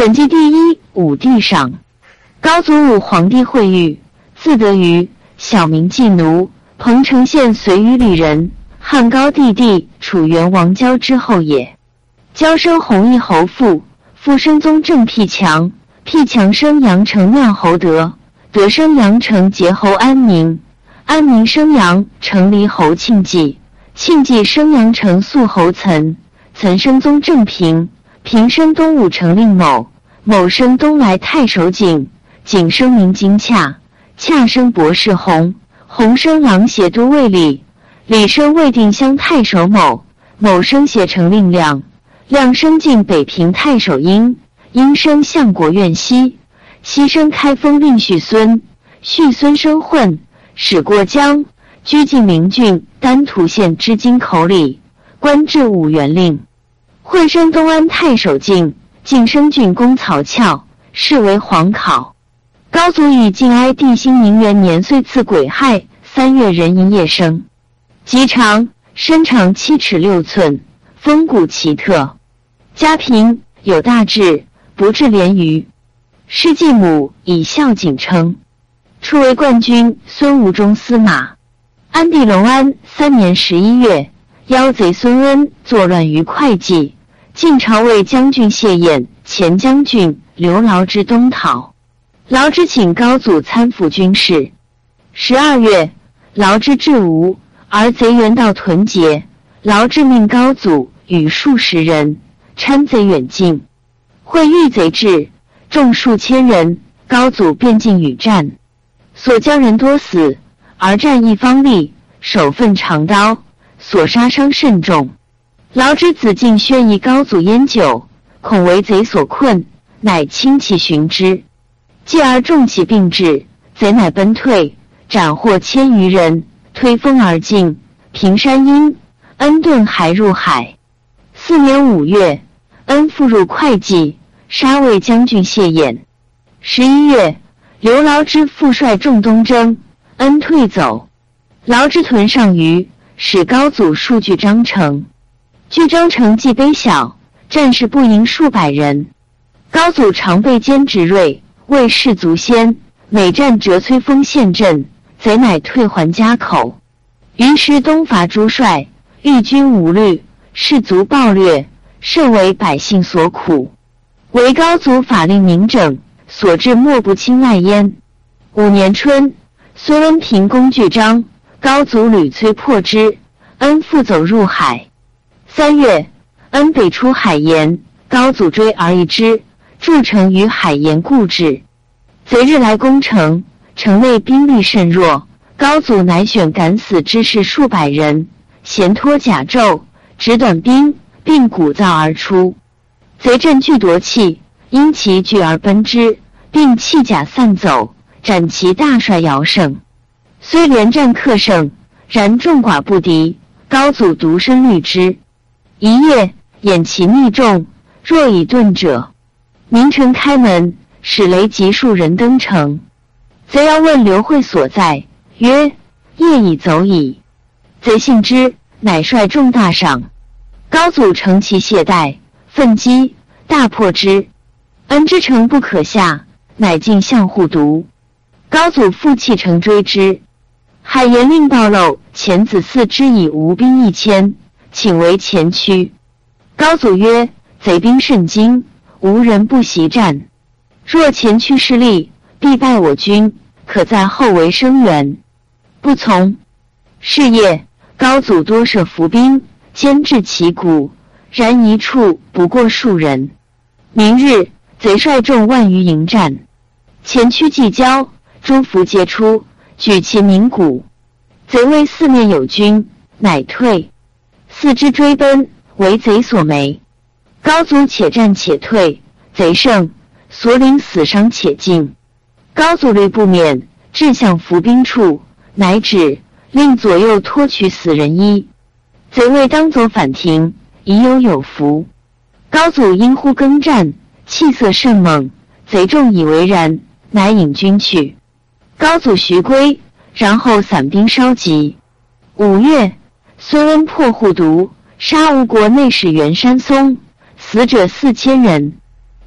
本纪第一武帝上。高祖武皇帝会玉，字德瑜，小名季奴，彭城县随鱼里人，汉高帝弟楚元王交之后也。交生弘义侯父，父生宗正辟强，辟强生阳城庙侯德，德生阳城节侯安民，安民生阳城离侯庆忌，庆忌生阳城肃侯岑，岑生宗正平，平生东武城令某，某生东莱太守景，景生名金洽，洽生博士弘，弘生郎协都尉李，李生魏定襄太守某，某生协城令亮，亮生晋北平太守殷，殷生相国院西，西生开封令续孙，续孙生混，使过江，居晋明郡丹徒县织金口里，官至武元令。混生东安太守敬，敬生郡公曹翘，是为皇考。高祖以晋哀帝兴宁元年岁次癸亥3月壬寅夜生，极长，身长7尺6寸，风骨奇特。家贫，有大志，不至廉于。是继母以孝景称，初为冠军孙吴中司马。安帝隆安3年11月，妖贼孙恩作乱于会稽，晋朝为将军谢晏、前将军刘劳之东讨。劳之请高祖参辅军事。12月，劳之至吴，而贼援到屯结，劳之命高祖与数十人参贼远近，会遇贼至，众数千人，高祖便进与战，所将人多死，而战一方力，手奋长刀，所杀伤甚重。劳之子敬宣疑高祖烟酒，恐为贼所困，乃轻骑寻之，继而众起并至，贼乃奔退，斩获1000余人，推风而进，平山阴，恩顿还入海。4年5月，恩复入会稽，杀魏将军谢晏。11月，刘劳之复率众东征，恩退走。劳之屯上虞，使高祖数据章城。据章城既卑小，战士不赢数百人。高祖常备坚执锐，为士卒先，每战折摧丰县镇，贼乃退还家口。于是东伐诸帅，欲军无虑，士卒暴掠，甚为百姓所苦。唯高祖法令明整，所至莫不轻赖焉。5年春，孙恩平攻据章，高祖屡摧破之，恩复走入海。3月，恩北出海盐，高祖追而一之，筑城于海盐固置。贼日来攻城，城内兵力甚弱，高祖乃选敢死之士数百人，衔脱甲胄，执短兵，并鼓噪而出。贼阵俱夺气，因其惧而奔之，并弃甲散走，斩其大帅姚胜。虽连战克胜，然众寡不敌，高祖独身虑之。一夜，掩其逆众，若以遁者。明城开门，使雷击数人登城。贼要问刘惠所在，曰：夜已走矣。贼信之，乃率众大赏。高祖乘其懈怠，奋击，大破之。恩之城不可下，乃进相护毒。高祖复弃城追之。海盐令暴露前子嗣之以吴兵1000，请为前驱。高祖曰：贼兵甚精，无人不习战。若前驱失利，必败我军，可在后为声援。不从。是夜，高祖多设伏兵，坚制其谷，然一处不过数人。明日，贼率众万余迎战，前驱既交，诸伏皆出，举其鸣鼓。贼谓四面有军，乃退。四之追奔，为贼所没。高祖且战且退，贼胜，所领死伤且尽。高祖虑不免，至向伏兵处，乃止，令左右托取死人衣。贼未当走反停，已有伏。高祖因呼更战，气色甚猛，贼众以为然，乃引军去。高祖徐归，然后散兵稍集。5月，孙恩破户毒，杀吴国内史袁山松，死者4000人。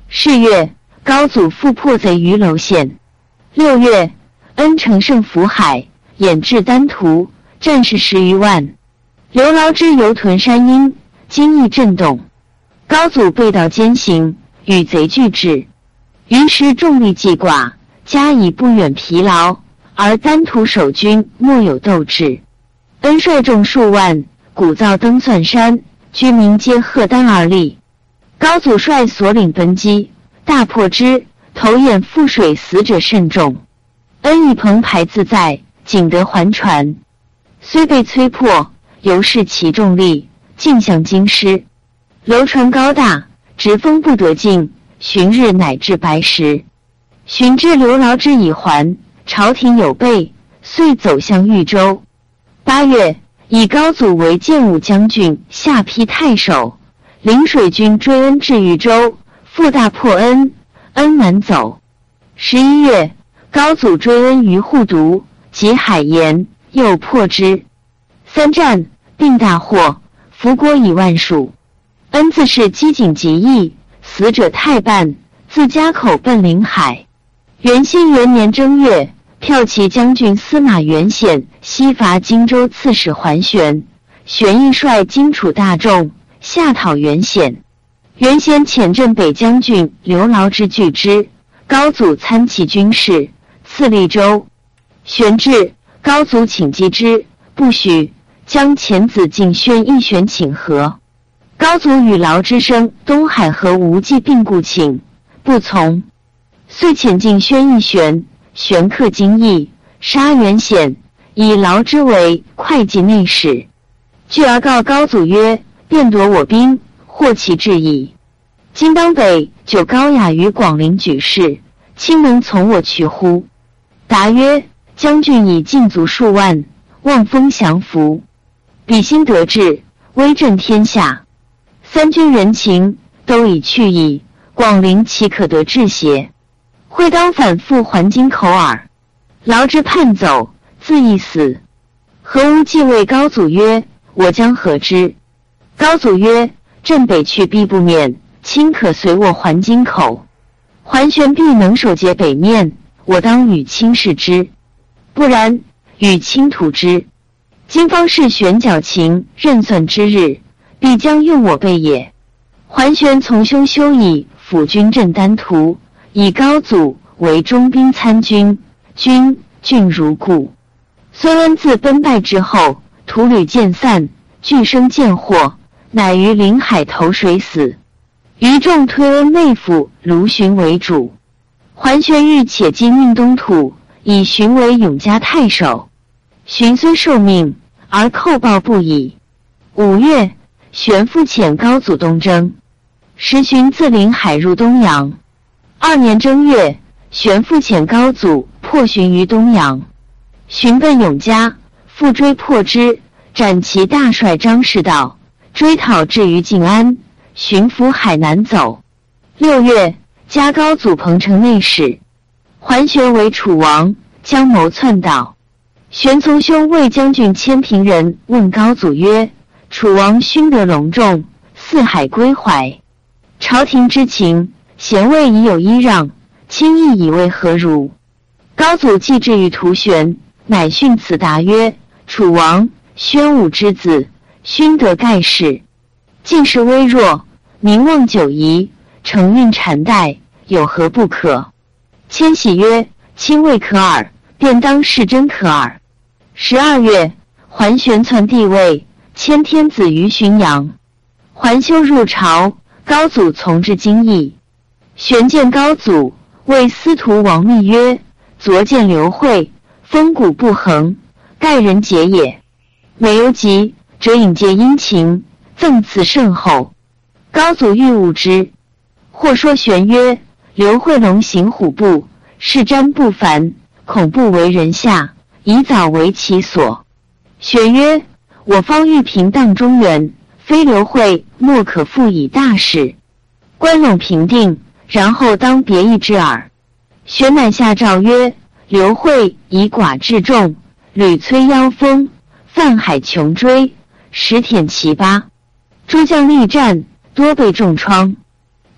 是月，高祖复破贼于娄县。6月，恩乘胜福海，掩至丹徒，战士10余万。刘牢之游屯山阴，惊异震动。高祖背道兼行，与贼俱至。于时众力既寡，加以不远疲劳，而丹徒守军莫有斗志。恩率众数万，鼓噪登算山，居民皆喝丹而立。高祖率所领奔击，大破之，投堰覆水，死者甚众。恩以澎湃自在，仅得还传。虽被摧破，犹是其众力，尽向京师。楼船高大，直风不得进，旬日乃至白时。寻至刘牢之已还，朝廷有备，遂走向豫州。8月，以高祖为建武将军，下邳太守，领水军追恩至豫州，复大破恩，恩南走。11月，高祖追恩于护渎及海盐，又破之。3战，并大获，俘国以万数。恩自是机警极易，死者太半，自家口奔临海。元兴元年正月，骠骑将军司马元显西伐荆州刺史桓玄，玄亦率荆楚大众下讨元显。元显遣镇北将军刘牢之拒之，高祖参其军事，赐利州。玄至，高祖请击之，不许，将遣子敬宣义玄请和。高祖与牢之生东海和无忌并故请，不从。遂遣进宣义玄，玄克荆益，杀元显，以牢之为会稽内史。据而告高祖曰：便夺我兵，获其志矣。今当北就高雅于广陵举事，卿能从我去乎？答曰：将军以禁卒数万，望风降服，比心得志，威震天下。三军人情都已去矣，广陵岂可得志邪？会当反复还京口耳。牢之叛走，自缢死。何无忌谓高祖曰：我将何之？高祖曰：朕北去必不免，卿可随我还京口。桓玄必能守节北面，我当与卿视之，不然，与卿图之。今方是玄矫情任算之日，必将用我备也。桓玄从兄休以辅军镇丹徒，以高祖为中兵参军，郡如故。孙恩自奔败之后，徒旅渐散，俱生见祸，乃于临海投水死。余众推恩内府卢循为主。桓玄欲且击命东土，以循为永嘉太守。循虽受命，而叩报不已。5月，玄复遣高祖东征。时循自临海入东阳。2年正月，玄复遣高祖破循于东阳。循奔永嘉，复追破之，斩其大帅张士道，追讨至于晋安，循俘海南走。6月，加高祖彭城内史。桓玄为楚王，将谋篡岛。玄从兄卫将军千平人问高祖曰：楚王勋德隆重，四海归怀，朝廷之情，贤位已有依让，卿意以为何如？高祖既至于屠玄，乃训此答曰：楚王，宣武之子，勋德盖世，近视微弱，名望久夷，承运禅代，有何不可？谦喜曰：卿未可耳，便当是真可耳。12月，桓玄篡帝位，迁天子于浔阳。桓修入朝，高祖从至京邑。玄见高祖，谓司徒王密曰：昨见刘惠，风骨不恒，盖人杰也。每有疾，则引介殷勤，赠赐甚厚。高祖欲晤之，或说玄曰：刘惠龙行虎步，是瞻不凡，恐不为人下，以早为其所。玄曰：我方欲平荡中原，非刘惠莫可复以大事。关陇平定，然后当别议之耳。玄乃下诏曰：刘惠以寡制众，屡摧妖风，泛海穷追，实舔其疤。诸将力战，多被重创。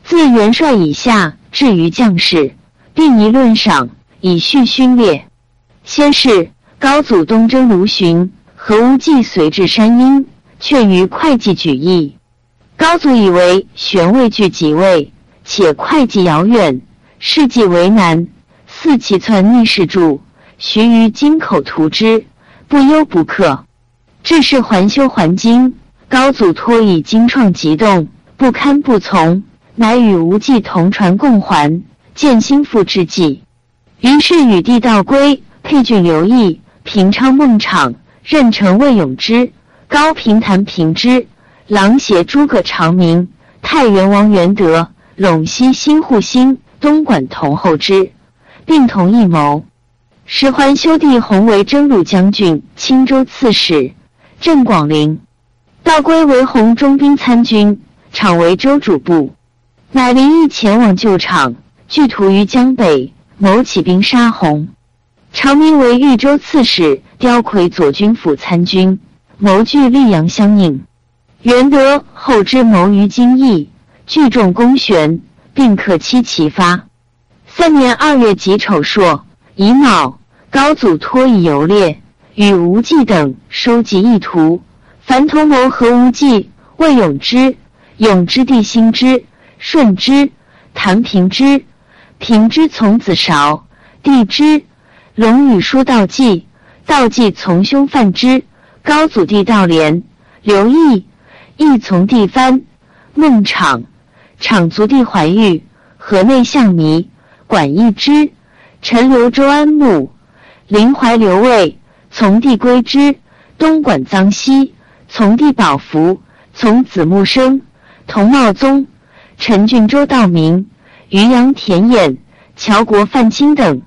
自元帅以下至于将士，并宜论赏，以序勋列。先是，高祖东征卢循，何无忌随至山阴，劝于会稽举义。高祖以为玄未具即位，且会稽遥远，事计为难，四其篡逆士著，徐于京口图之，不忧不克。至是还修还京，高祖托以京创急动，不堪不从，乃与无忌同船共还，见心腹之计。于是与弟道归、沛郡刘毅、平昌孟昶、任城魏永之、高平谭平之、琅邪诸葛长明、太原王元德、陇西新护兴、东莞同后之，并同一谋。时还修弟弘为征虏将军、青州刺史，镇广陵。道归为弘中兵参军，昶为州主簿，乃临邑前往救昶，聚屠于江北，谋起兵杀弘。长明为豫州刺史，刁魁左军府参军，谋据溧阳相应。元德后之谋于京邑，聚众攻旋，并克期其发。3年2月己丑朔，乙卯，高祖托以游猎，与无忌等收集意图，凡同谋何无忌、魏永之、永之弟辛之、顺之、谭平之、平之从子韶、帝之、龙宇书道济，道济从兄范之，高祖弟道廉、刘毅、毅从弟藩、孟昶、昶族弟怀玉、河内相弥、管义之、陈留周安穆、临淮刘卫从弟归之，东莞臧熙从弟宝福、从子穆生、同茂宗、陈郡周道明、渔阳田衍、乔国范钦等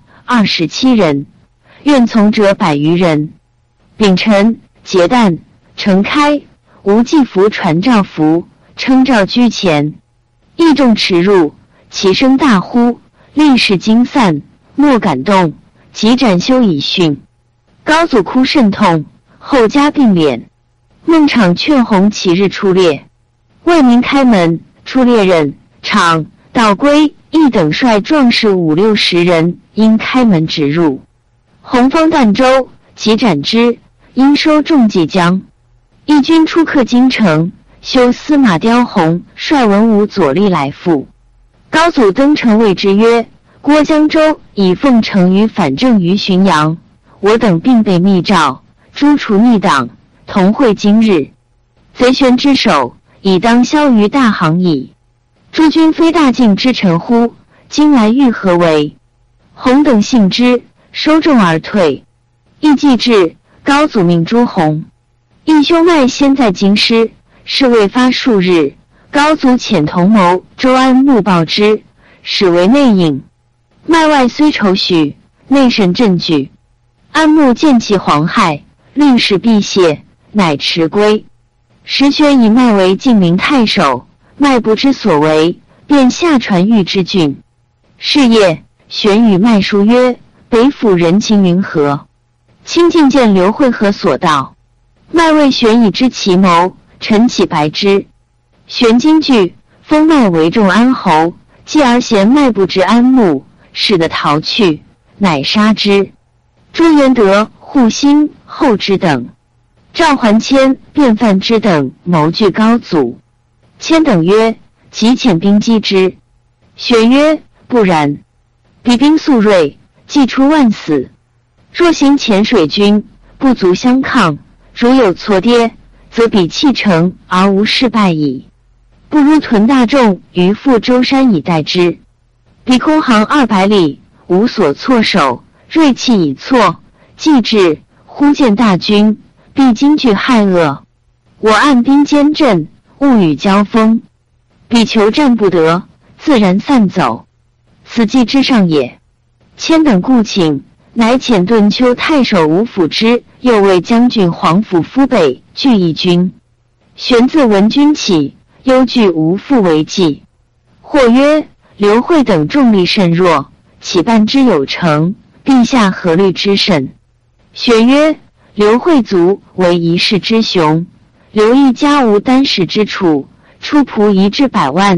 27人，愿从者100余人。丙辰，结旦，城开，无忌服传诏服，称诏居前。义众驰入，其声大呼，立士惊散，莫敢动，即斩修以训。高祖哭甚痛，后加并敛。孟昶劝弘其日出猎，为民开门，出猎人昶、道归、义等率壮士5、60人，因开门直入。弘方旦州，即斩之，因收众即将。义军出克京城，修司马刁弘率文武左立来赴。高祖登城谓之曰：郭江州以奉承于反正于浔阳，我等并被密诏，诛除逆党，同会今日。贼旋之首，已当消于大行矣。诸君非大晋之臣乎？今来欲何为？弘等信之，收众而退。义既至，高祖命诛弘。义兄麦先在京师，事未发数日，高祖遣同谋周安穆报之，始为内应。麦外虽愁许，内甚震惧。安穆见其惶骇，令使避谢，乃驰归。时宣以麦为晋陵太守，麦不知所为，便下传谕之郡。是夜，玄与麦书曰：北府人情云何？亲近见刘惠和所到。麦谓玄已知其谋，陈起白之。玄惊惧，封麦为仲安侯，继而嫌麦不知安穆，使得逃去，乃杀之。朱元德、护兴、后之等，赵桓谦、卞范之等谋拒高祖。谦等曰：即遣兵击之。玄曰：不然，彼兵速锐，既出万死。若行潜水军，不足相抗，如有错跌，则彼弃城而无事败矣。不如屯大众于富州山以待之。彼空行200里，无所措守，锐气已挫，既至，忽见大军，必惊惧骇恶。我按兵坚阵，勿与交锋。彼求战不得，自然散走。此计之上也。谦等故请，乃遣顿丘太守吴辅之、右卫将军黄甫夫北拒义军。玄自闻军起，忧惧吴父为计。或曰：刘惠等众力甚弱，岂办之有成？陛下何虑之甚？玄曰：刘惠族为一世之雄，刘一家无单食之处，出仆1至100万，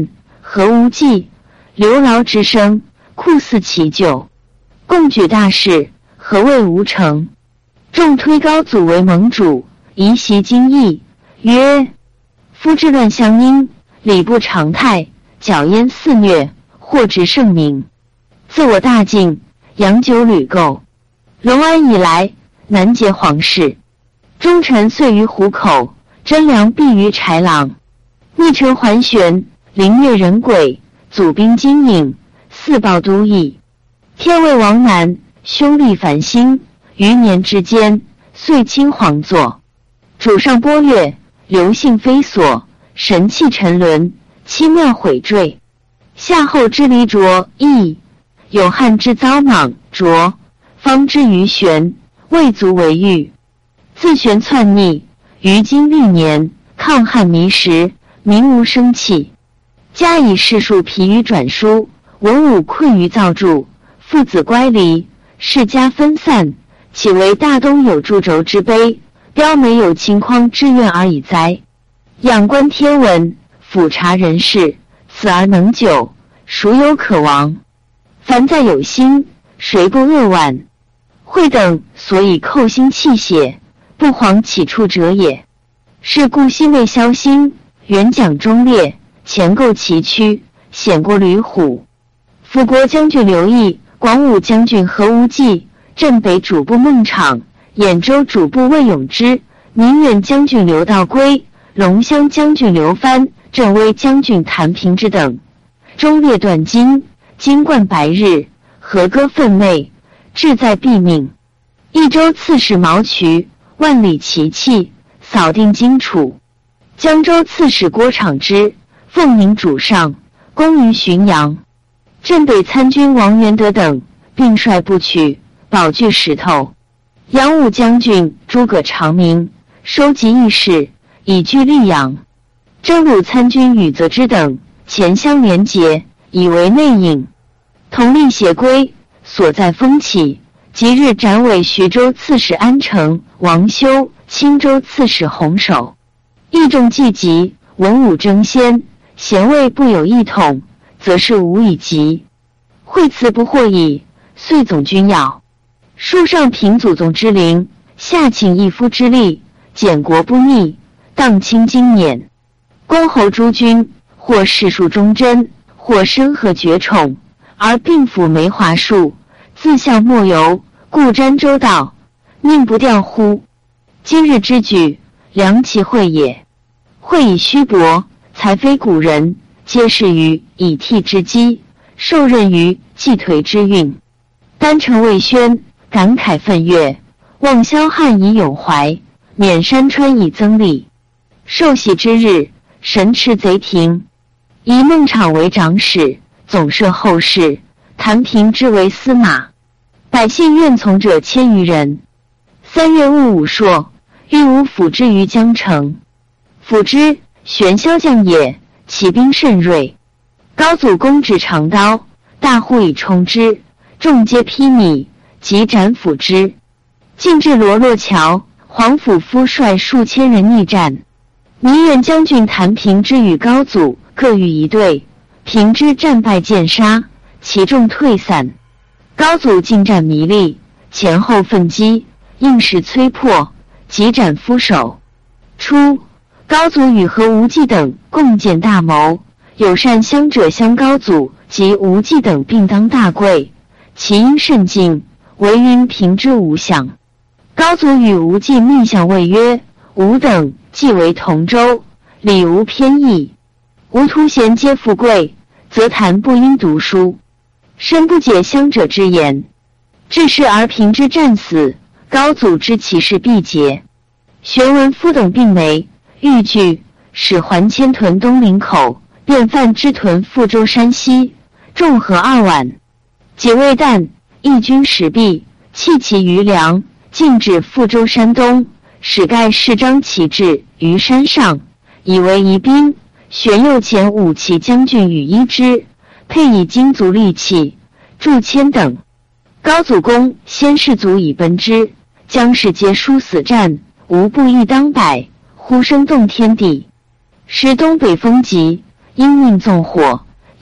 何无忌，刘牢之声，酷似其咎。共举大事，何谓无成？众推高祖为盟主，疑袭京邑，曰：夫治乱相因，礼不常态，剿燕肆虐，祸至圣明。自我大晋，阳久屡构。隆安以来，难结皇室。忠臣遂于虎口，贞良毙于豺狼。逆臣桓玄，凌越人鬼，祖兵金引，四暴都邑。天魏王南，凶厉繁星，余年之间，遂侵皇座。主上波月，流信飞索，神器沉沦，奇妙毁坠。夏后之离卓异，有汉之遭莽卓，方之于玄，未足为喻。自玄篡逆，于今历年，抗汉迷时，民无生气。加以世数疲于转书，文武困于造著，父子乖离，世家分散，岂为大东有诸轴之悲，标没有秦匡之怨而已哉？仰观天文，俯察人事，此而能久，孰有可亡？凡在有心，谁不扼腕？会等所以寇兴气血，不遑起处者也。是故心未消心，元讲忠烈，前构崎岖，险过吕虎。辅国将军刘毅、广武将军何无忌、镇北主簿孟昶、兖州主簿魏永之、宁远将军刘道归、龙骧将军刘藩、镇威将军谭平之等，忠烈断金，金冠白日，和歌奋媚，志在毙命。益州刺史毛渠、万里奇器，扫定荆楚。江州刺史郭昶之、奉宁主上，攻于浔阳。镇北参军王元德等并率部曲，保据石头。扬武将军诸葛长明收集义士，以据溧阳。征虏参军宇泽之等前相连结，以为内应。同立协归，所在风起。即日斩尾徐州刺史安成、王修、青州刺史洪守。义众既集，文武争先，贤位不有一统，则是无以及。惠辞不获矣，遂总军要。树上平祖宗之灵，下请义夫之力，简国不逆，荡清经年。公侯诸君，或世数忠贞，或深合绝宠，而并辅梅华术，自相莫由，故瞻周到，宁不调乎？今日之举，良其会也。会以虚薄，才非古人，皆是于以替之机，受任于既颓之运。丹城魏宣，感慨愤悦，望萧汉以永怀，免山川以增力。受喜之日，神持贼庭，以孟昶为长史，总摄后事，谭平之为司马。百姓愿从者1000余人。3月戊午朔，欲吾辅之于江城。辅之，玄骁将也，其兵甚锐。高祖公执长刀，大户以冲之，众皆披靡，即斩辅之。进至罗洛桥，黄甫夫率数千人逆战。宁远将军谭平之与高祖各于一队，平之战败见杀，其众退散。高祖进战弥利，前后奋击，应时摧破，即斩夫首。初，高祖与何无忌等共建大谋，有善相者相高祖及无忌等并当大贵，其因甚敬，惟云平之无相。高祖与无忌密相谓曰：吾等既为同州，礼无偏异，吾徒贤皆富贵，则谈不应读书，深不解相者之言。至是而平之战死，高祖知其事必竭。玄文夫等并没，欲拒，使还迁屯东陵口，便范之屯富州山西，众合2万。己未旦，义军始毕，弃其余粮，进至富州山东，使盖士张其志于山上，以为疑兵。玄右前武骑将军与一之，配以精足利器，助千等。高祖公先士卒以奔之，将士皆殊死战，无不一当百，呼声动天地。时东北风急，因命纵火，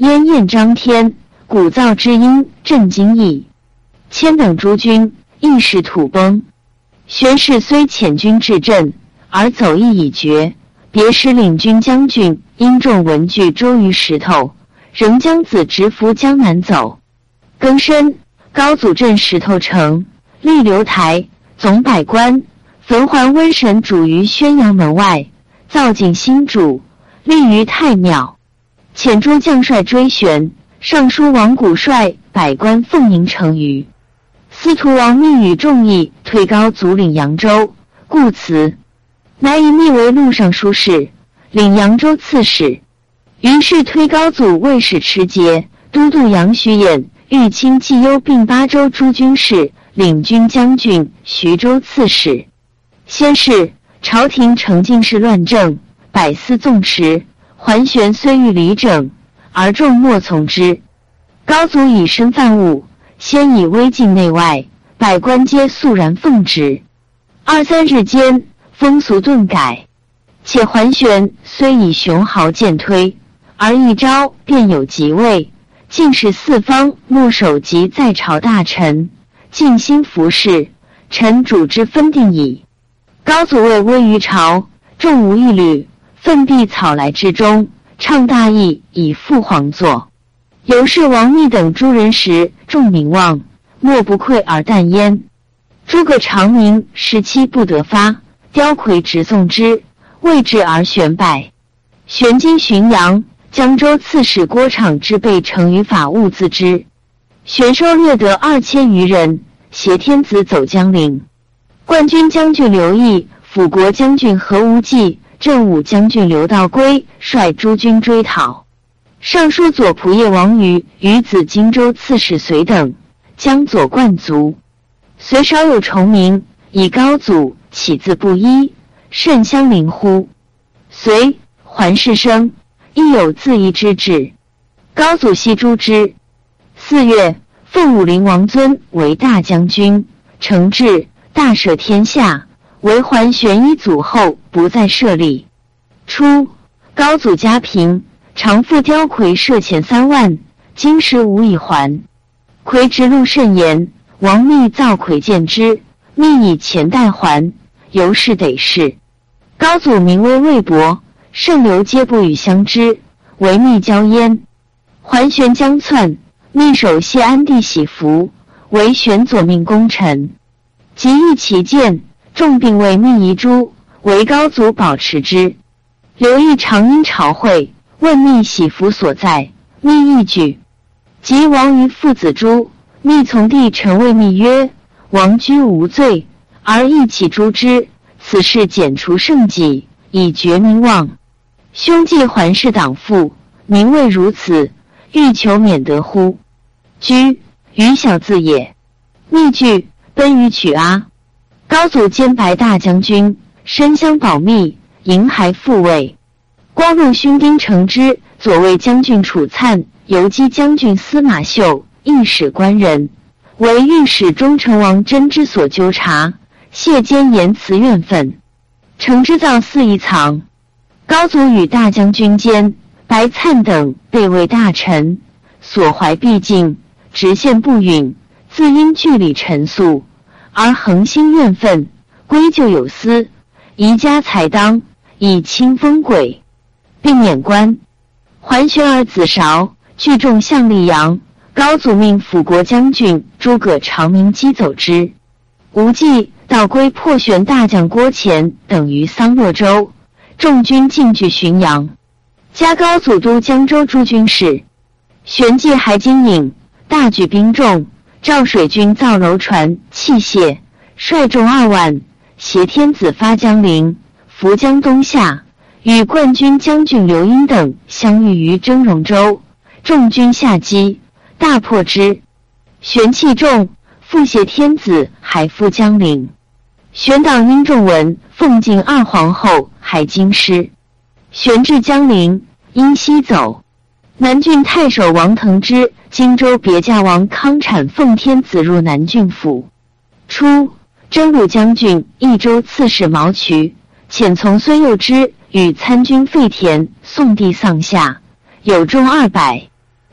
燕燕张天，鼓噪之音震惊异。千等诸军亦是土崩。玄氏虽遣军至镇，而走意已决。别使领军将军因众闻惧周于石头，仍将子直扶江南走。庚申，高祖镇石头城，立留台，总百官，焚还瘟神主于宣阳门外，造景新主，立于太庙。遣诸将帅追旋，尚书王谷率百官奉迎成舆。司徒王密与众议推高祖领扬州，故辞，乃以密为录尚书事，领扬州刺史。于是推高祖卫使持节、都督杨徐偃、豫清冀幽并八州诸军事，领军将军、徐州刺史。先是，朝廷承进士乱政，百司纵驰，桓玄虽欲理整，而众莫从之。高祖以身犯误，先以威禁内外，百官皆肃然奉之。二三日间，风俗顿改。且桓玄虽以雄豪渐推，而一朝便有即位，尽使四方莫首级在朝大臣，尽心服侍，臣主之分定矣。高祖位危于朝，众无一虑，奋必草来之中，倡大义以复皇座。由是王密等诸人时，众名望，莫不愧而惮焉。诸葛长明17不得发，刁魁直送之，未至而旋败。玄今浔阳、江州刺史郭昶之备成于法务自知。玄收掠得2000余人，挟天子走江陵。冠军将军刘毅、辅国将军何无忌、镇武将军刘道归率诸军追讨。尚书左仆射王瑜与子荆州刺史隋等将左冠族。隋少有重名，以高祖起自不一，甚相邻乎？隋桓氏生，亦有自缢之志。高祖悉诛之。4月，奉武陵王尊为大将军，承制，大赦天下，为桓玄一祖后不再设立。初，高祖家贫，常付刁魁设钱3万，今时无以还。魁直路甚严，王密造魁见之，密以钱代还，由是得势。高祖名威未薄，甚流皆不与相知，为密交焉。桓玄将篡，密守谢安帝喜服，为玄左命功臣。即遇其见，众并为密遗诸，为高祖保持之。刘毅常因朝会，问密喜服所在，密亦举。及王于父子诛，密从弟臣谓密曰：王居无罪，而亦起诛之，此事减除圣己，以绝民望。兄既桓氏党父，名未如此，欲求免得乎？居，余小字也。密惧，奔于曲阿。高祖兼白大将军，身相保密，迎还复位。光禄勋丁承之、左卫将军楚粲、游击将军司马秀亦使官人，为御史中丞王真之所纠察，谢兼言辞怨愤。承之造肆一藏。高祖与大将军间，白粲等被为大臣，所怀必尽，直线不允，自因据理陈诉，而恒心怨愤，归咎有司，宜加裁当，以清风鬼，并免官。桓玄儿子韶聚众向溧阳，高祖命辅国将军诸葛长明击走之。无忌、道归破玄大将郭虔等于桑洛州，众军进据浔阳，加高祖都江州诸军事。玄既还金颍，大举兵众，赵水军造楼船器械，率众2万，挟天子发江陵，扶江东下，与冠军将军刘英等相遇于征戎州，众军下击，大破之。玄气众，复挟天子还赴江陵。玄党因众闻奉晋2皇后还京师，玄至江陵，因西走。南郡太守王腾之、荆州别驾王康产奉天子入南郡府。初，征虏将军益州刺史毛渠遣从孙佑之与参军费田送地丧下，有众200。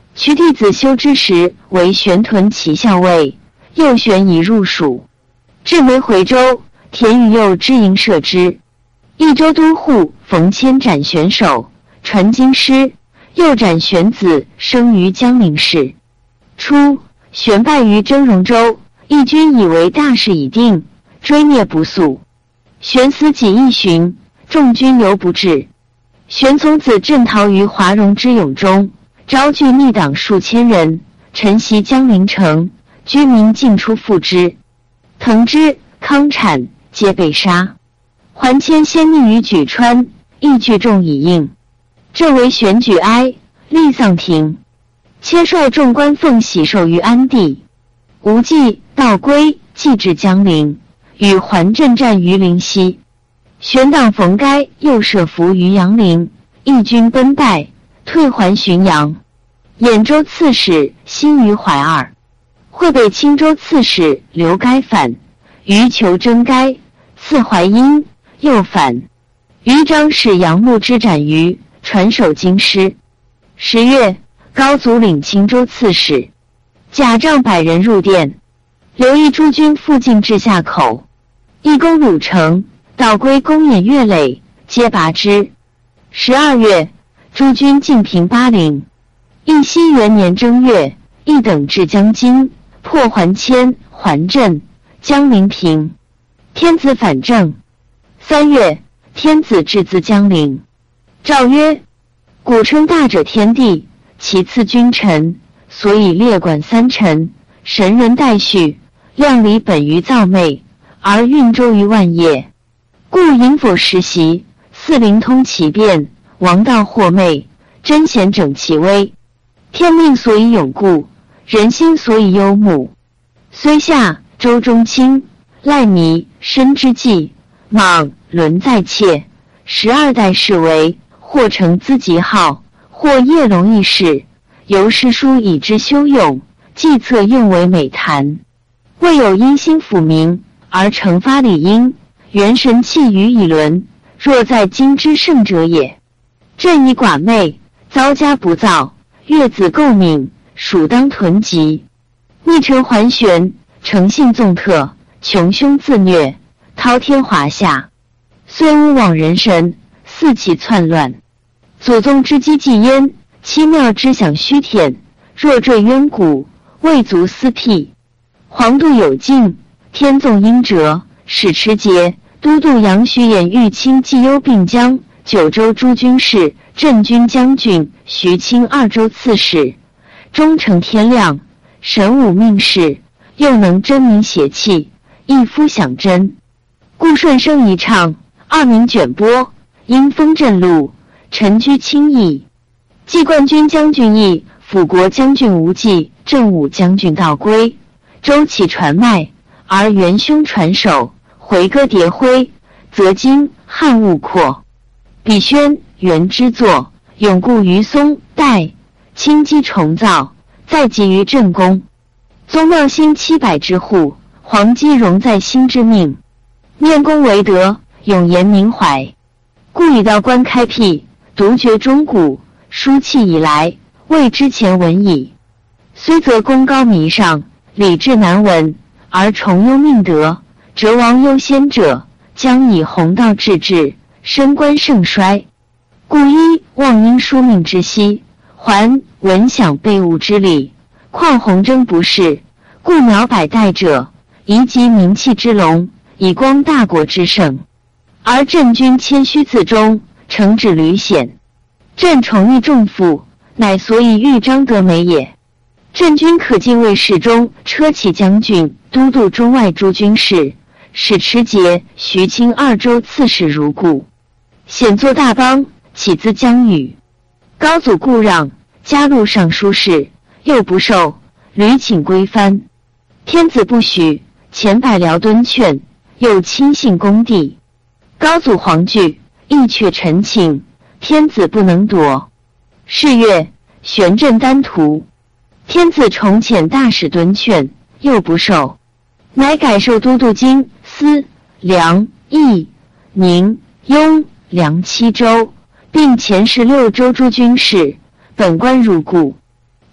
渠弟子修之时，为玄屯骑校尉，右旋已入蜀。至梅回州，田宇佑知营摄之。益州都护冯谦斩玄首，传京师，又斩玄子，生于江陵市。初，玄败于征戎州，义军以为大事已定，追灭不速。玄死己一旬，众军犹不至。玄从此阵逃于华容之永中，招聚逆党数千人，晨袭江陵城，居民尽出附之。滕之、康产皆被杀。桓谦先匿于莒川，亦聚众以应。这为玄举哀，立丧庭。切率众官奉喜寿于安地。吴忌、道归继至江陵，与桓阵战于临溪。玄党冯该又设伏于阳陵，义军奔败，退还浔阳。兖州刺史辛于淮二，会北青州刺史刘该反，于求征该，刺淮阴，又反。于张使杨牧之斩于传守京师。10月，高祖领青州刺史，甲仗100人入殿。刘义诸军附近至下口，义攻鲁城，道归攻偃月垒，皆拔之。12月，诸军进平巴陵。义熙元年正月，义等至江津，破桓谦、桓镇，江陵平。天子反正。3月，天子至自江陵。诏曰：古称大者天地，其次君臣，所以列管三臣，神人待序，量理本于造昧，而运周于万业。故引否实习，四灵通其变，王道惑昧，真贤整其微。天命所以永固，人心所以幽穆。虽下周中卿、赖弥、申之纪、莽、伦在妾，12代侍为，或承资籍号，或业龙议事，由诗书以之修用，计策用为美谈。未有因心抚民而惩罚理应，元神气于以伦，若在今之圣者也。朕以寡昧，遭家不造，月子垢敏，属当囤积。逆臣桓玄，诚信纵特，穷凶自虐，滔天华夏。虽诬枉人神，四起篡乱。祖宗之基既焉，七庙之享虚忝。若坠渊谷，未足思辟。黄度有尽，天纵阴折，使持节、都督杨徐偃豫清冀幽并江、九州诸军事、镇军将军、徐清2州刺史，终承天亮，神武命事，又能真民邪气，一夫享真。故顺生一唱，二名卷波，因封镇路，臣居轻邑。继冠军将军义、辅国将军吴忌、正武将军道归，周起传脉，而元凶传首，回歌迭辉，则今汉务扩。比宣、元之作，永固于松、代，清基重造，再集于正宫。宗庙兴700之户，皇基荣在心之命。念公为德，永延民怀。故以道观开辟，独绝中古，书契以来，未之前闻矣。虽则功高弥上，礼制难闻，而崇优命德，哲王优先者，将以弘道治治，升官盛衰。故一望因书命之息，还闻享备物之礼，况弘征不是，故苗百代者，宜集名气之隆，以光大国之盛。而镇军谦虚自忠，惩止屡险。朕宠义重富，乃所以欲彰德美也。镇军可进卫侍中、车骑将军、都督中外诸军事，使持节、徐清2州刺史如故。显作大邦，起自江宇。高祖故让，加录尚书事，又不受，屡请归藩。天子不许，遣百僚敦劝，又亲信公地。高祖惶惧，亦却陈请，天子不能夺。是月，玄镇丹徒。天子重遣大使敦劝，又不受，乃改授都督京、司、梁、益、宁、雍、梁7州，并前16州诸军事，本官如故。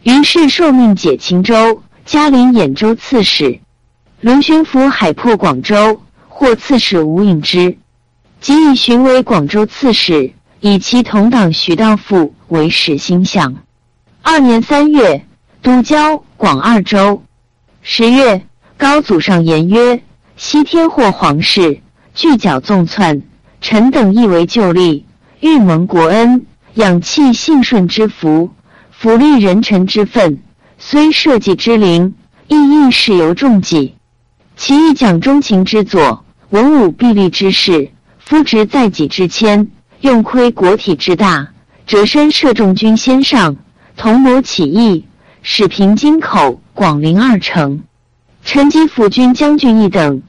于是受命解青州，加临兖州刺史。卢循甫海破广州，获刺史吴应之，即以荀为广州刺史，以其同党徐道富为实兴相。2年3月，都交、广二州。10月，高祖上言曰：西天祸皇室，聚剿纵篡，臣等亦为旧例，欲蒙国恩，养弃信顺之福，抚立人臣之分，虽社稷之灵，亦事由重己。其意讲忠情之佐，文武必立之事，夫职在己之谦，用窥国体之大，折身摄众军先上，同谋起义，使平津口、广陵2城。陈吉辅军将军一等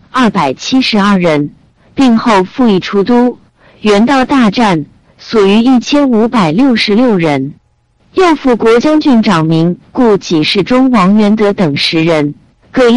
272人，并后复议出都。元道大战，所余1566人。又复国将军长明、顾给事中王元德等10人，各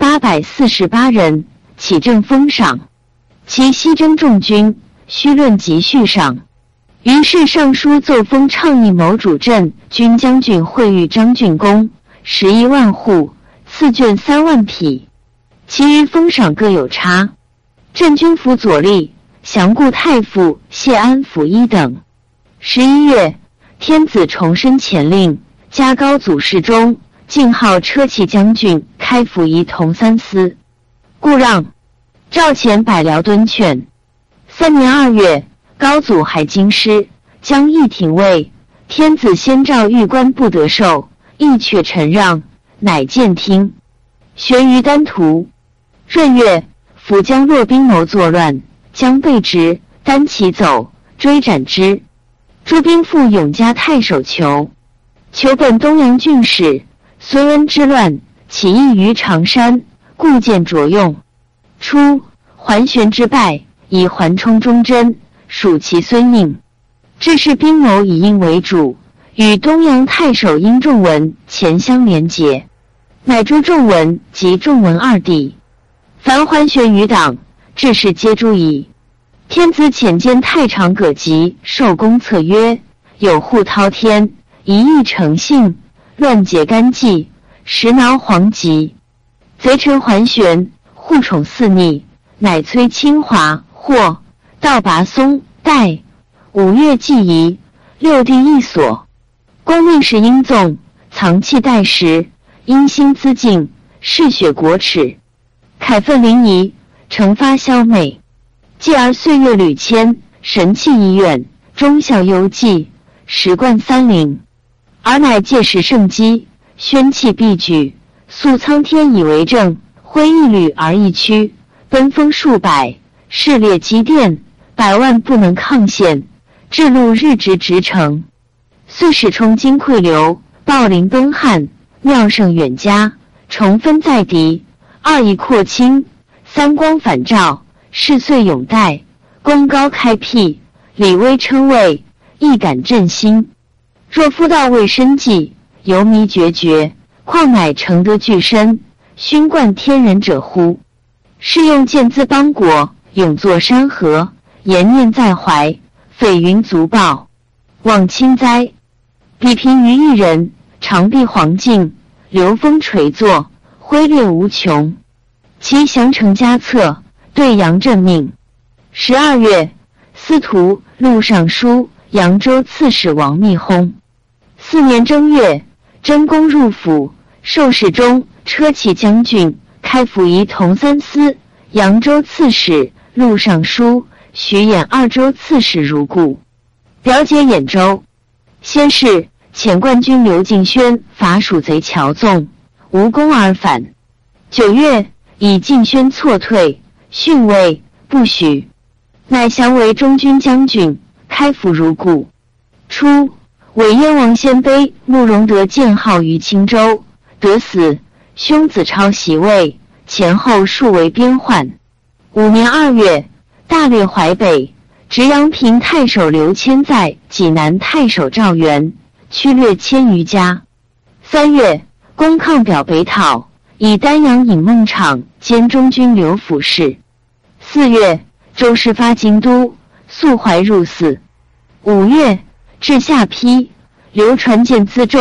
1848人，起正封赏。其西征众军，须论及序上。于是尚书奏封倡议谋主镇军将军会御张郡公11万户，赐绢3万匹，其余封赏各有差。镇军府左吏、降顾太傅谢安甫一等。11月，天子重申前令，加高祖侍中，进号车骑将军，开府仪同3司。故让。赵遣百僚敦劝。3年2月，高祖还京师，将议廷尉。天子先诏御官不得受，亦却臣让，乃见听。悬于丹徒。闰月，辅将骆宾谋作乱，将被执，单骑走，追斩之。诸兵赴永嘉太守求本东阳郡使，孙恩之乱，起义于常山，故见着用。初，桓玄之败，以桓冲忠贞，属其孙应。致使兵谋以应为主，与东阳太守殷仲文前相连结，乃诛仲文及仲文二弟。凡桓玄余党，致使皆诛矣。天子遣监太常葛吉受公策曰：有户滔天，一意诚信，乱解干纪，时挠黄籍。贼臣桓玄，护宠肆逆，乃摧清华、霍、道拔松、代。5月祭仪，六地一所。公命使殷纵，藏器待时，殷心资敬，嗜血国耻。凯愤临沂，惩罚消媚。继而岁月屡迁，神器医院，忠孝悠继，时冠30。而乃借时盛机，宣气必举，肃苍天以为政，挥一旅而一区，奔风数百，势列积电，100万不能抗陷，至路日直直城。遂使冲金溃流，暴临奔汉，妙胜远嘉，重分在敌。2夷扩清，3光返照，事遂永代，功高开辟，礼威称谓，亦感振心。若夫道未深记，犹迷决绝，况乃承德具身，勋冠天人者乎？是用建资邦国，永作山河，言念在怀，匪云足报，望亲哉！彼贫于一人，长臂黄径，流风垂作，挥烈无穷。其降城嘉策，对杨振命。12月，司徒、录尚书、扬州刺史王密薨。4年正月，真公入府，授侍中、车骑将军，开府仪同3司，扬州刺史、录尚书、徐兖2州刺史如故。表解兖州。先是，遣冠军刘敬轩伐蜀贼乔纵，无功而返。9月，以敬轩错退，训位，不许，乃降为中军将军，开府如故。初，伪燕王鲜卑慕容德建号于青州，得死，兄子超袭位，前后数为边患。5年2月，大略淮北，直阳平太守刘谦在济南太守赵元，驱掠1000余家。3月，攻抗表北讨，以丹阳尹孟昶兼中军留府事。4月，周氏发京都，肃怀入寺。5月，至下邳，刘传见辎重，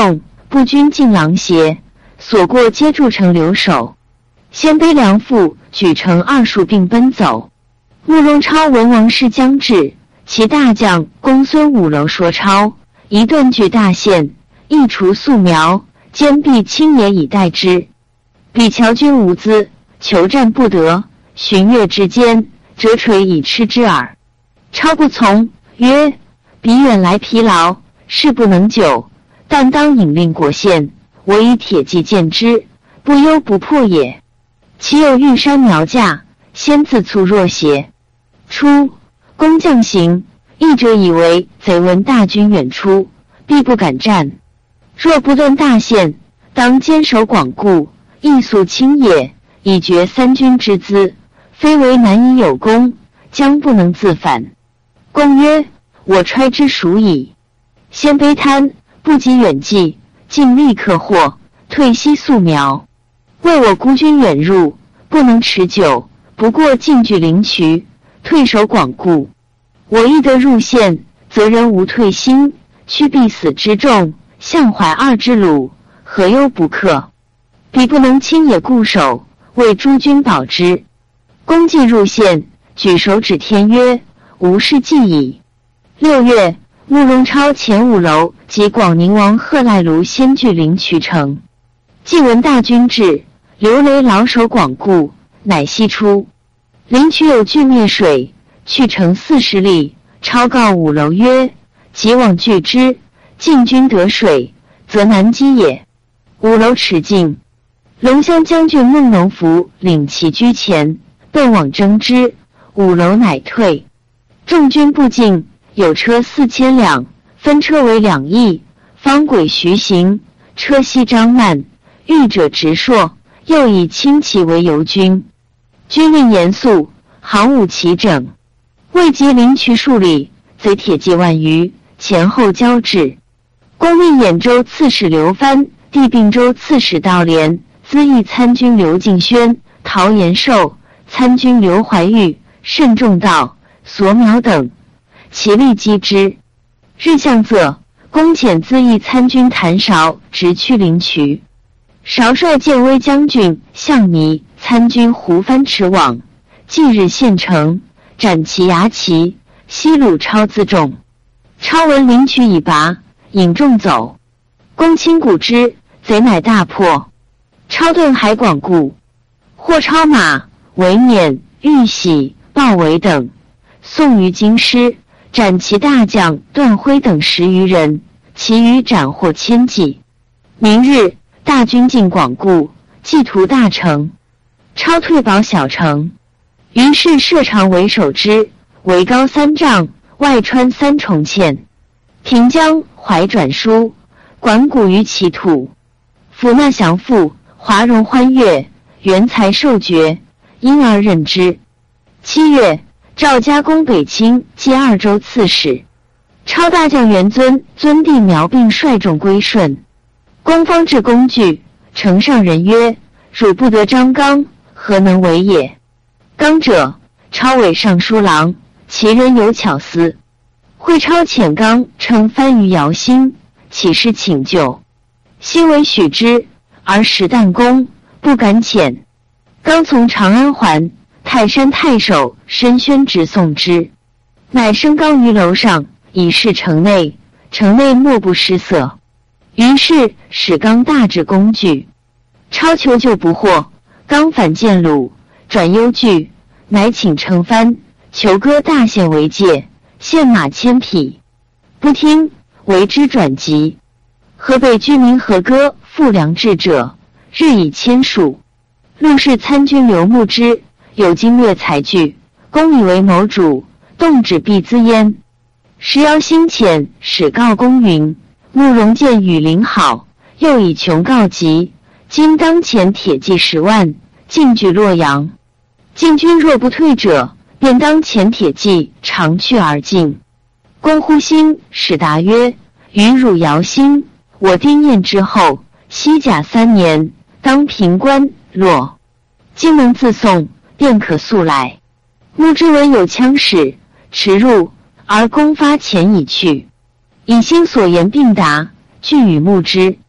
步军进狼邪，所过皆筑城留守。鲜卑良妇举城二数并奔走。慕容超闻王师将至，其大将公孙五楼说超一断据大县，一除素苗，坚壁清野以待之。彼侨军无资，求战不得，旬月之间，折垂以吃之耳。超不从，曰：彼远来疲劳，事不能久，但当引令过县，我以铁骑见之，不忧不破也。其有玉山苗架，先自促弱邪？初，工将行，义者以为贼闻大军远出，必不敢战。若不断大县，当坚守广固，易速清野，以绝三军之资，非为难以有功，将不能自反。公曰：我揣之属矣。鲜卑贪，不及远计，尽立刻获，退西素苗。为我孤军远入，不能持久，不过进据灵渠，退守广固。我亦得入县，则人无退心，屈必死之众，向淮二之虏，何忧不克？彼不能轻野固守，为诸军保之。公既入县，举手指天曰：无事既矣。6月，慕容超遣五楼及广宁王贺赖卢先据灵渠城。既闻大军至，刘雷老守广固，乃西出。灵渠有据灭水，去城40里。超告五楼曰：即往拒之，晋军得水，则难击也。五楼驰进。龙骧将军孟农福领其居前，奔往征之，五楼乃退。众军不进，有车4000辆，分车为2翼，方轨徐行，车息张慢，御者直硕，又以轻骑为游军。军令严肃，行伍齐整。未及灵渠数里，贼铁骑万余，前后交至。公命兖州刺史刘藩、地并州刺史道廉、资议参军刘敬轩、陶延寿、参军刘怀玉、慎重道、索邈等，齐力击之。日向仄，公遣资议参军谭韶直趋灵渠。韶率建威将军项弥参军胡藩驰往，继日县城，斩其牙旗，西虏超自重。超闻灵渠已拔，引众走。公亲鼓之，贼乃大破。超遁海广固。获超马、韦冕、玉玺、鲍伟等，送于京师，斩其大将段辉等10余人，其余斩获千计。明日，大军进广固，计图大城。超退保小城。于是设长为守之，围高3丈，外穿3重堑。平江怀转输，管谷于其土。抚纳降附，华容欢悦，元才受爵，因而任之。7月，赵家攻北侵，皆2州刺史。超大将元尊、尊帝苗并率众归顺。公方至工具，城上人曰：汝不得张刚，何能为也？刚者，超为尚书郎，其人有巧思。会超遣刚称番于姚兴，起事请救。兴为许之，而时旦公，不敢遣。刚从长安还，泰山太守申宣直送之，乃升刚于楼上，以示城内，城内莫不失色。于是使刚大至工具。超求救不获，刚反见鲁，转忧惧，乃请称藩，求割大县为界，献马1000匹。不听，为之转急。河北居民何割赋粮制者，日以千数。陆氏参军刘牧之有经略才具，公以为谋主，动止必资焉。时姚兴遣使告公云：慕容见羽林好，又以穷告急，今当前铁骑10万，进据洛阳。晋军若不退者，便当前铁骑长驱而进。公呼兴使答曰：允汝姚兴，我丁晏之后，西甲3年，当平关洛。今能自送，便可速来。牧之闻有枪使，驰入，而公发前已去。以兴所言并答，俱与牧之。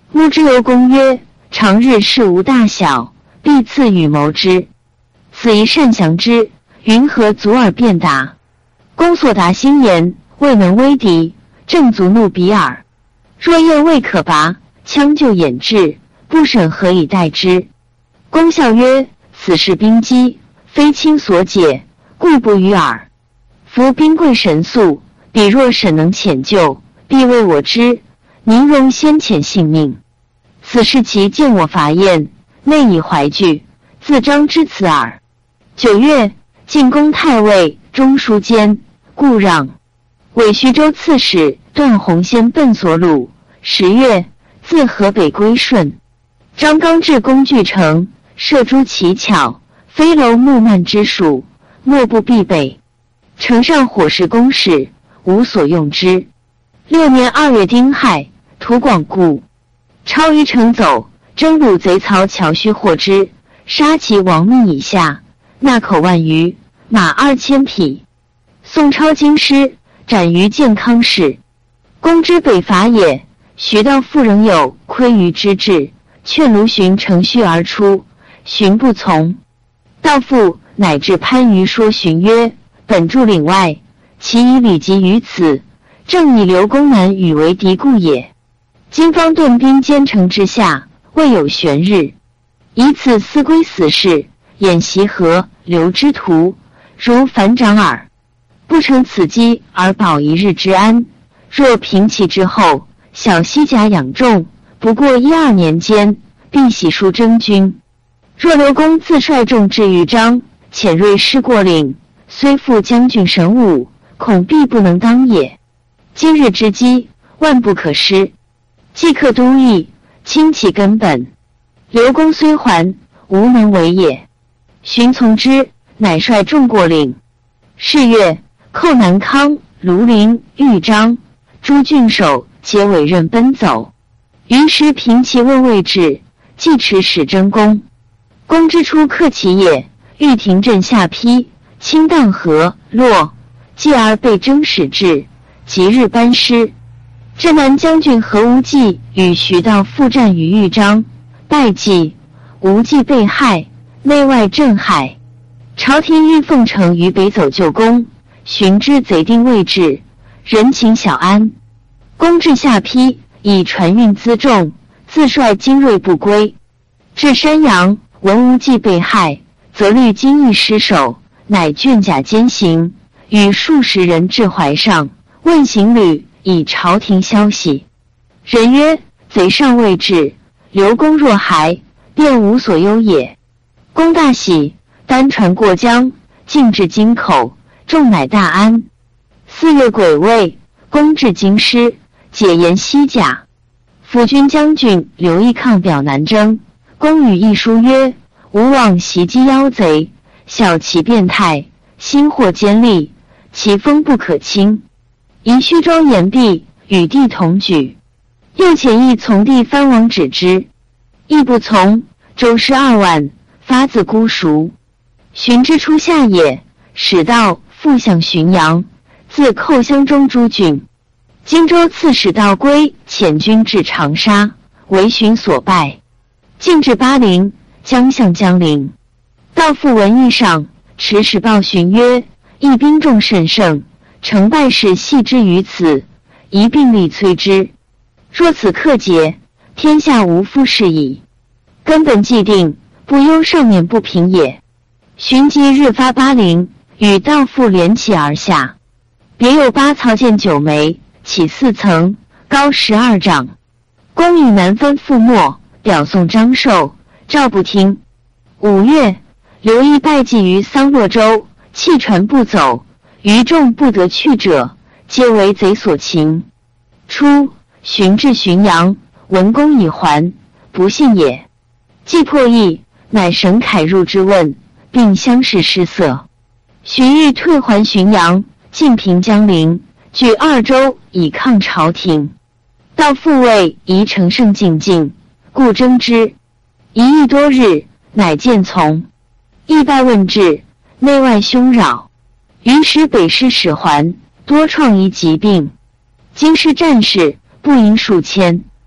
穆之由公曰：常日事无大小，必赐予谋之。此一善降之，云何足尔便答？公所答心言，未能威敌，正足怒彼耳。若焰未可拔，枪就掩至，不审何以待之？公笑曰：此事兵机，非卿所解，故不与耳。夫兵贵神速，彼若审能遣救，必为我知，宁容先遣性命？此事其见我伐燕，内以怀惧，自彰之此耳。9月，进攻太尉、中书监，故让。伪徐州刺史段宏先奔所虏。10月，自河北归顺。张刚至攻据城，设诸奇巧，飞楼木幔之属，莫不必备。城上伙食公使，无所用之。6年2月丁亥，屠广固。超于城走，征虏贼曹乔须获之，杀其亡命以下，纳口万余，马2000匹。宋超京师，斩于建康市。公之北伐也，徐道复仍有窥于之志，劝卢循乘虚而出，循不从。道复乃至番禺说循曰：本驻岭外，其以旅及于此，正以刘公难与为敌故也。今方顿兵坚城之下，未有悬日，以此思归死事，掩袭河流之徒，如反掌耳。不成此机而保一日之安，若平其之后，小西甲养众，不过1-2年间，必洗书征军。若刘公自率众至豫章，遣锐师过岭，虽复将军神武，恐必不能当也。今日之机，万不可失。即刻都邑，清其根本。刘公虽还，无能为也。循从之，乃率众过岭。是月，寇南康、庐陵、豫章，诸郡守皆委任奔走。于时平其问未至，即持使征公。公之初克其也，欲停镇下邳，清荡河洛，继而被征使至，即日班师。镇南将军何无忌与徐道复战于豫章，败绩，无忌被害，内外震撼。朝廷欲奉承于北走救公，寻之贼定未至，人情小安。公至下邳，以船运辎重，自率精锐不归。至山阳，闻无忌被害，则虑精义失守，乃卷甲兼行，与数十人至淮上，问行旅，以朝廷消息。人曰：贼尚未至，刘公若还，便无所忧也。公大喜，单船过江，进至京口，众乃大安。4月癸未，公至京师，解言西甲。辅军将军刘义抗表南征，公与一书曰：吾往袭击妖贼，晓其变态，心惑坚利，其风不可轻。宜虚庄言毕，与弟同举。又遣意从弟藩王止之，亦不从，周师2万，发自姑熟。寻之初夏也，使道复向浔阳，自寇襄中诸郡。荆州刺史道归遣军至长沙，为寻所败。进至巴陵，将向江陵。道复闻谕上，持使报寻曰：义兵众甚盛，成败事系之于此，宜并力摧之。若此克节，天下无复事矣。根本既定，不忧上面不平也。寻即日发巴陵，与道复连起而下。别有8槽舰9枚，起4层，高12丈。公与南分覆没，表送张寿，赵不听。5月，刘毅败绩于桑洛州，弃船不走，余众不得去者，皆为贼所擒。初，寻至浔阳，闻公已还，不信也。既破译，乃沈凯入之问，并相视失色。寻欲退还浔阳，进平江陵，据2州以抗朝廷。道复谓宜乘胜进境，故征之。一役多日，乃见从。意败问至，内外凶扰。于时北师使还，多创一疾病。京师战士不盈数千。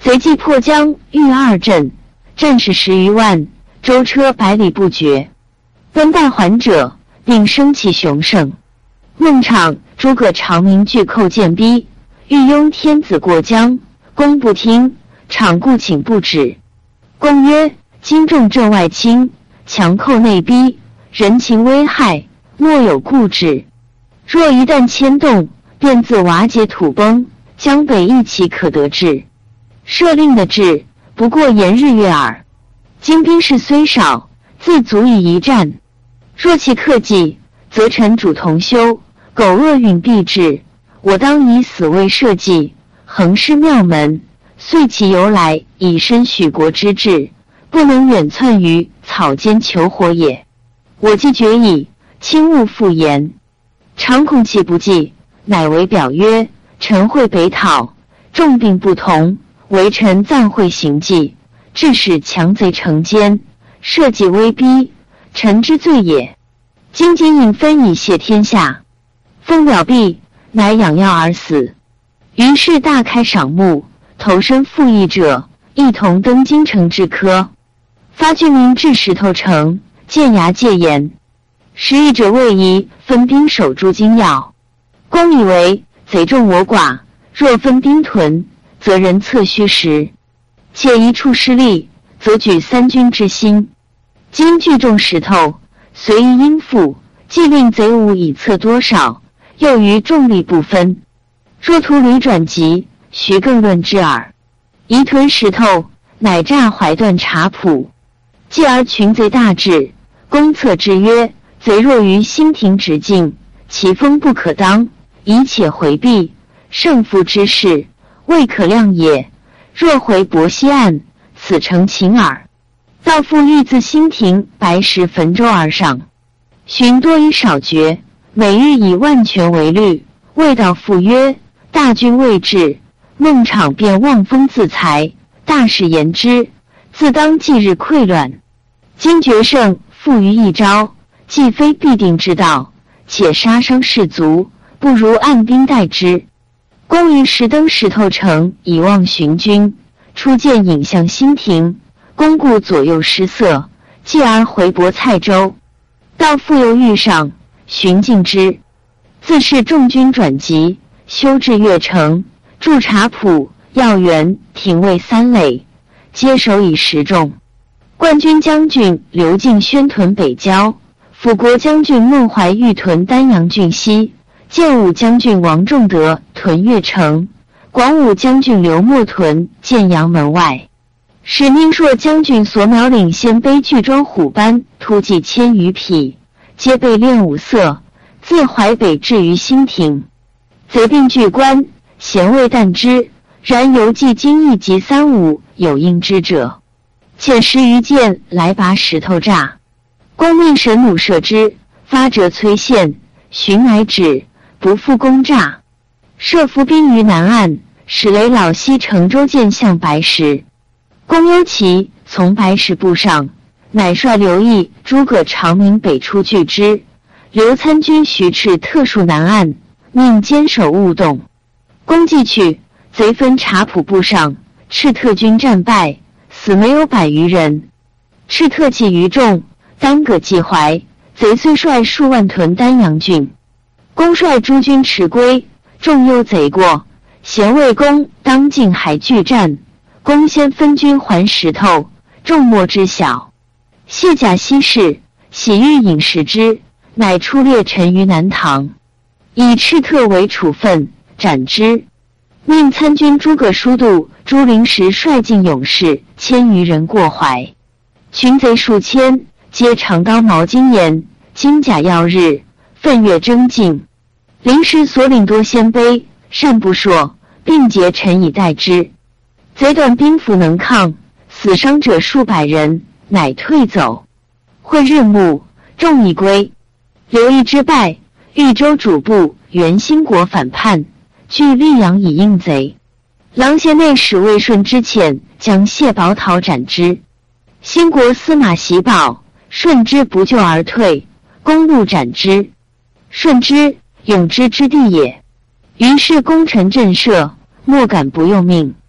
贼既破江豫二镇，战士10余万，舟车百里不绝。奔败还者，并声气雄盛。孟昶、诸葛长明拒寇渐逼，欲拥天子过江，公不听，昶故请不止。公曰：今众镇外侵，强寇内逼，人情危害，莫有固止。若一旦牵动，便自瓦解土崩，江北一起可得志。设令的志，不过炎日月耳。今兵士虽少，自足以一战。若其克己，则臣主同休，苟厄运必至。我当以死为社稷，横施庙门，遂其由来，以身许国之志，不能远窜于草间求活也。我既决矣，卿勿复言。常恐其不济，乃为表曰：臣会北讨，众病不同，为臣暂会行迹，致使强贼成奸，社稷威逼，臣之罪也。今仅引分以谢天下。封表毕，乃养药而死。于是大开赏目，投身赋役者一同登京城治科。发军民至石头城，建衙戒严。时役者谓宜分兵守诸京要。公以为贼众我寡，若分兵屯，则人策虚实；且一处失利，则举三军之心。今聚众石头，随意应付，既令贼伍以策多少，又于众力不分。若图屡转急，徐更论之耳。宜屯石头，乃诈怀断察谱。继而群贼大至，公策之曰：贼若于新亭直进，其锋不可当，以且回避，胜负之势未可量也。若回伯溪岸，此诚擒耳。道复欲自新亭白石汾州而上，寻多以少绝，每日以万全为虑。未到复曰：大军未至，孟昶便望风自裁，大事言之，自当即日溃乱。今决胜，负于一朝，既非必定之道，且杀伤士卒，不如按兵待之。公于时登石头城，以望寻军，初见引向新亭，公故左右失色，继而回博蔡州。到复又遇上，寻进之。自是众军转急，修治越城，筑察浦、要员、廷尉3垒，皆守以10众。冠军将军刘敬宣屯北郊，辅国将军孟怀玉屯丹阳郡西，建武将军王仲德屯越城，广武将军刘默屯建阳门外。使宁朔将军索邈领先卑巨庄虎班突骑1000余匹，皆被练武色，自淮北至于新亭。贼并据关，咸未旦之，然犹计今一及3、5有应之者。且10余箭来拔石头栅，公命神弩射之，发者崔宪，寻乃止，不复攻栅。设伏兵于南岸，使雷老西成州箭向白石。公忧其从白石步上，乃率刘毅、诸葛长明北出拒之。刘参军徐赤特戍南岸，命坚守勿动。公既去，贼分察浦部上，赤特军战败，死没有100余人。赤特骑余众，耽搁济淮。贼虽率数万屯丹阳郡，公率诸军驰归，众忧贼过，咸谓公当进海拒战。公先分军还石头，众莫知晓。卸甲西市，喜欲饮食之，乃出列陈于南唐，以赤特为处分，斩之。命参军诸葛书度、朱灵时率进勇士1000余人过淮，群贼数千，皆长刀矛金眼，金甲耀日，奋跃征进。灵时所领多鲜卑，善不硕，并结陈以待之。贼短兵符能抗，死伤者数百人，乃退走。会日暮，众已归。刘毅之败，豫州主簿袁兴国反叛，据溧阳以应贼。郎邪内史魏顺之遣，将谢宝讨斩之。兴国司马袭宝，顺之不救而退，公怒斩之。顺之，永之之地也。于是功臣震慑，莫敢不用命。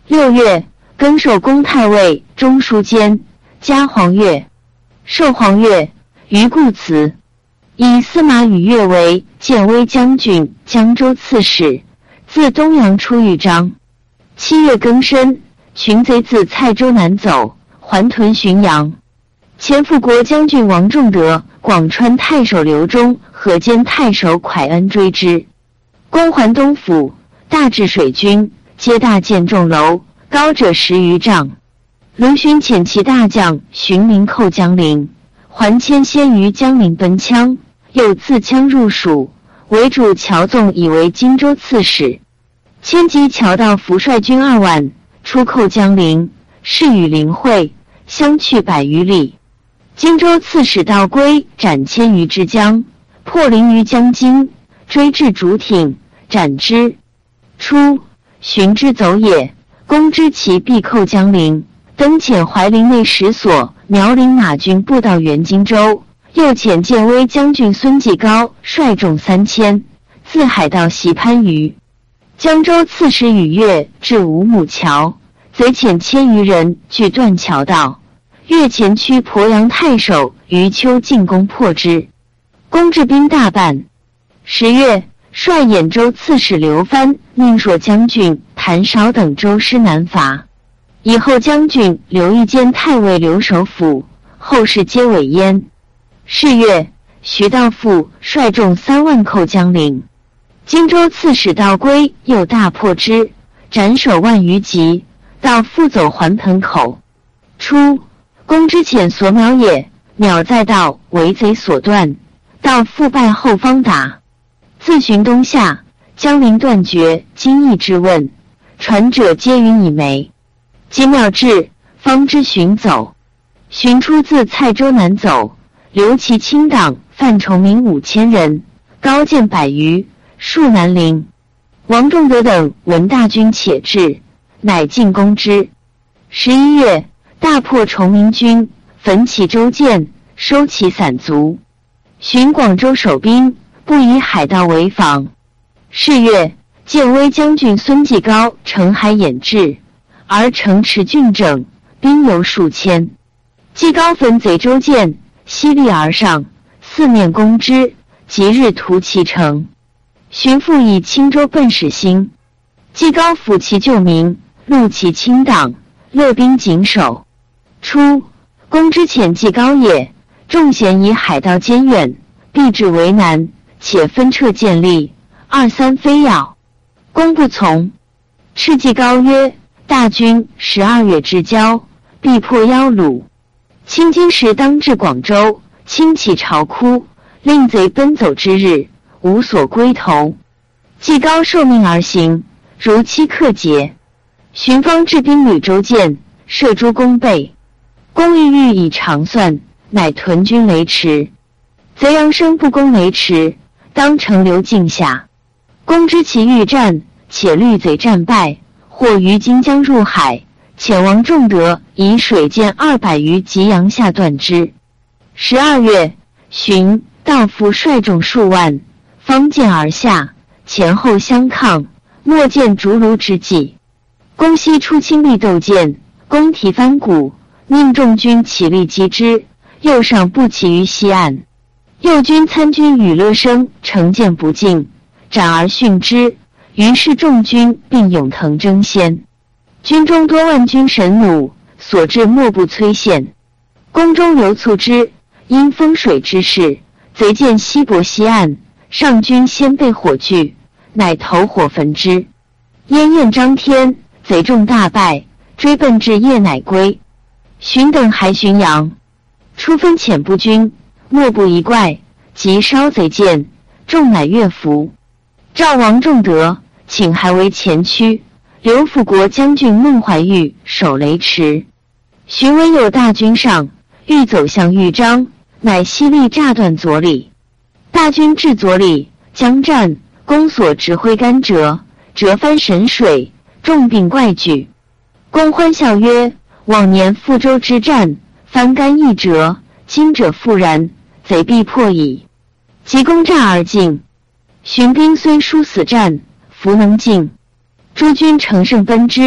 6月，更授公太尉、中书监，加黄钺，授黄钺，于故辞。以司马禹越为建威将军、江州刺史，自东阳出豫章。7月庚申，群贼自蔡州南走，还屯浔阳。前复国将军王仲德、广川太守刘忠、河间太守蒯恩追之。公还东府，大至水军，皆大建重楼，高者10余丈。卢循遣其大将荀林寇江陵，还迁先于江陵奔羌，又自羌入蜀，为主乔纵以为荆州刺史。迁及乔道扶率军2万，出寇江陵，是与临会，相去100余里。荆州刺史道归斩千余之江，破临于江津，追至竹挺，斩之。初，寻之走也，公知其必寇江陵，登遣怀陵内史所苗陵马军部到援荆州，又遣建威将军孙继高率众3000，自海道袭番禺。江州刺史禹越至五母桥，贼遣1000余人据断桥道，越前驱鄱阳太守余秋进攻破之，公治兵大半。10月，率兖州刺史刘藩、宁朔将军谭绍等州师南伐。以后将军刘义兼太尉留守府，后事皆委焉。是月，徐道富率众3万寇江陵。荆州刺史道归又大破之，斩首万余级，道复走还盆口。初，公之遣所邈也，邈在道为贼所断，道复败后方达。自寻冬夏，江陵断绝荆益之问，传者皆云以没。及邈至，方知寻走。寻出自蔡州南走，留其亲党范崇明5000人，高见100余，戍南陵。王仲德等闻大军且至，乃进攻之。11月，大破崇明军，焚其州建，收其散卒。寻广州守兵，不以海道为防。是月，建威将军孙继高乘海掩至，而城池峻整，兵有数千。继高焚贼州建，犀利而上，四面攻之，即日屠其城。寻复以青州奔始兴，继高抚其旧民，戮其亲党，勒兵谨守。初，公之遣继高也，众嫌以海道艰远，必至为难，且分撤建立，2、3非要。公不从。敕继高曰：大军12月之交，必破妖虏。清今时当至广州，轻起巢窟，令贼奔走之日，无所归头。继高受命而行，如期克节。寻方置兵旅州建，设诸弓备。公欲以长算，乃屯军雷池。贼扬声不攻雷池，当城流境下。公知其欲战，且虑贼战败，或于荆江入海，遣王仲德以水箭200余及阳下断之。12月，寻、道夫率众数万，方剑而下，前后相抗，莫见竹庐之际。公西出亲力斗剑，攻提翻谷，命众军起力击之，右上不起于西岸。右军参军与乐生乘剑不进，斩而殉之。于是众军并勇腾争先，军中多万军神弩，所至莫不摧陷。宫中流卒之，因风水之势，贼见西泊西岸，上军先被火炬，乃投火焚之。烟焰张天，贼众大败，追奔至夜乃归。寻等还浔阳，初分遣部军，莫不疑怪，即烧贼舰，众乃悦服。赵王仲德请还为前驱，刘辅国将军孟怀玉守雷池。寻闻有大军上，欲走向豫章，乃犀利炸断左里。大军至左里，将战，公所指挥甘折，折翻神水，众并怪惧。公欢笑曰：往年富州之战，翻干一折，今者复然，贼必破矣。即攻战而进。寻兵虽殊死战，弗能进。诸军乘胜奔之，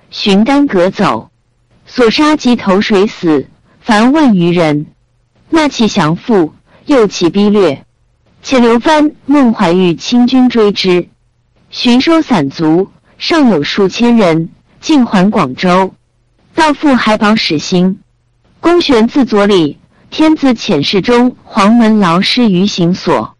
寻单革走，所杀及投水死，凡万余人。纳其降附，诱其逼掠。且刘藩、孟怀玉亲军追之，寻收散卒，尚有数千人，尽还广州。到赴海保使兴。公玄自左里，天子遣侍中黄门劳师于行所。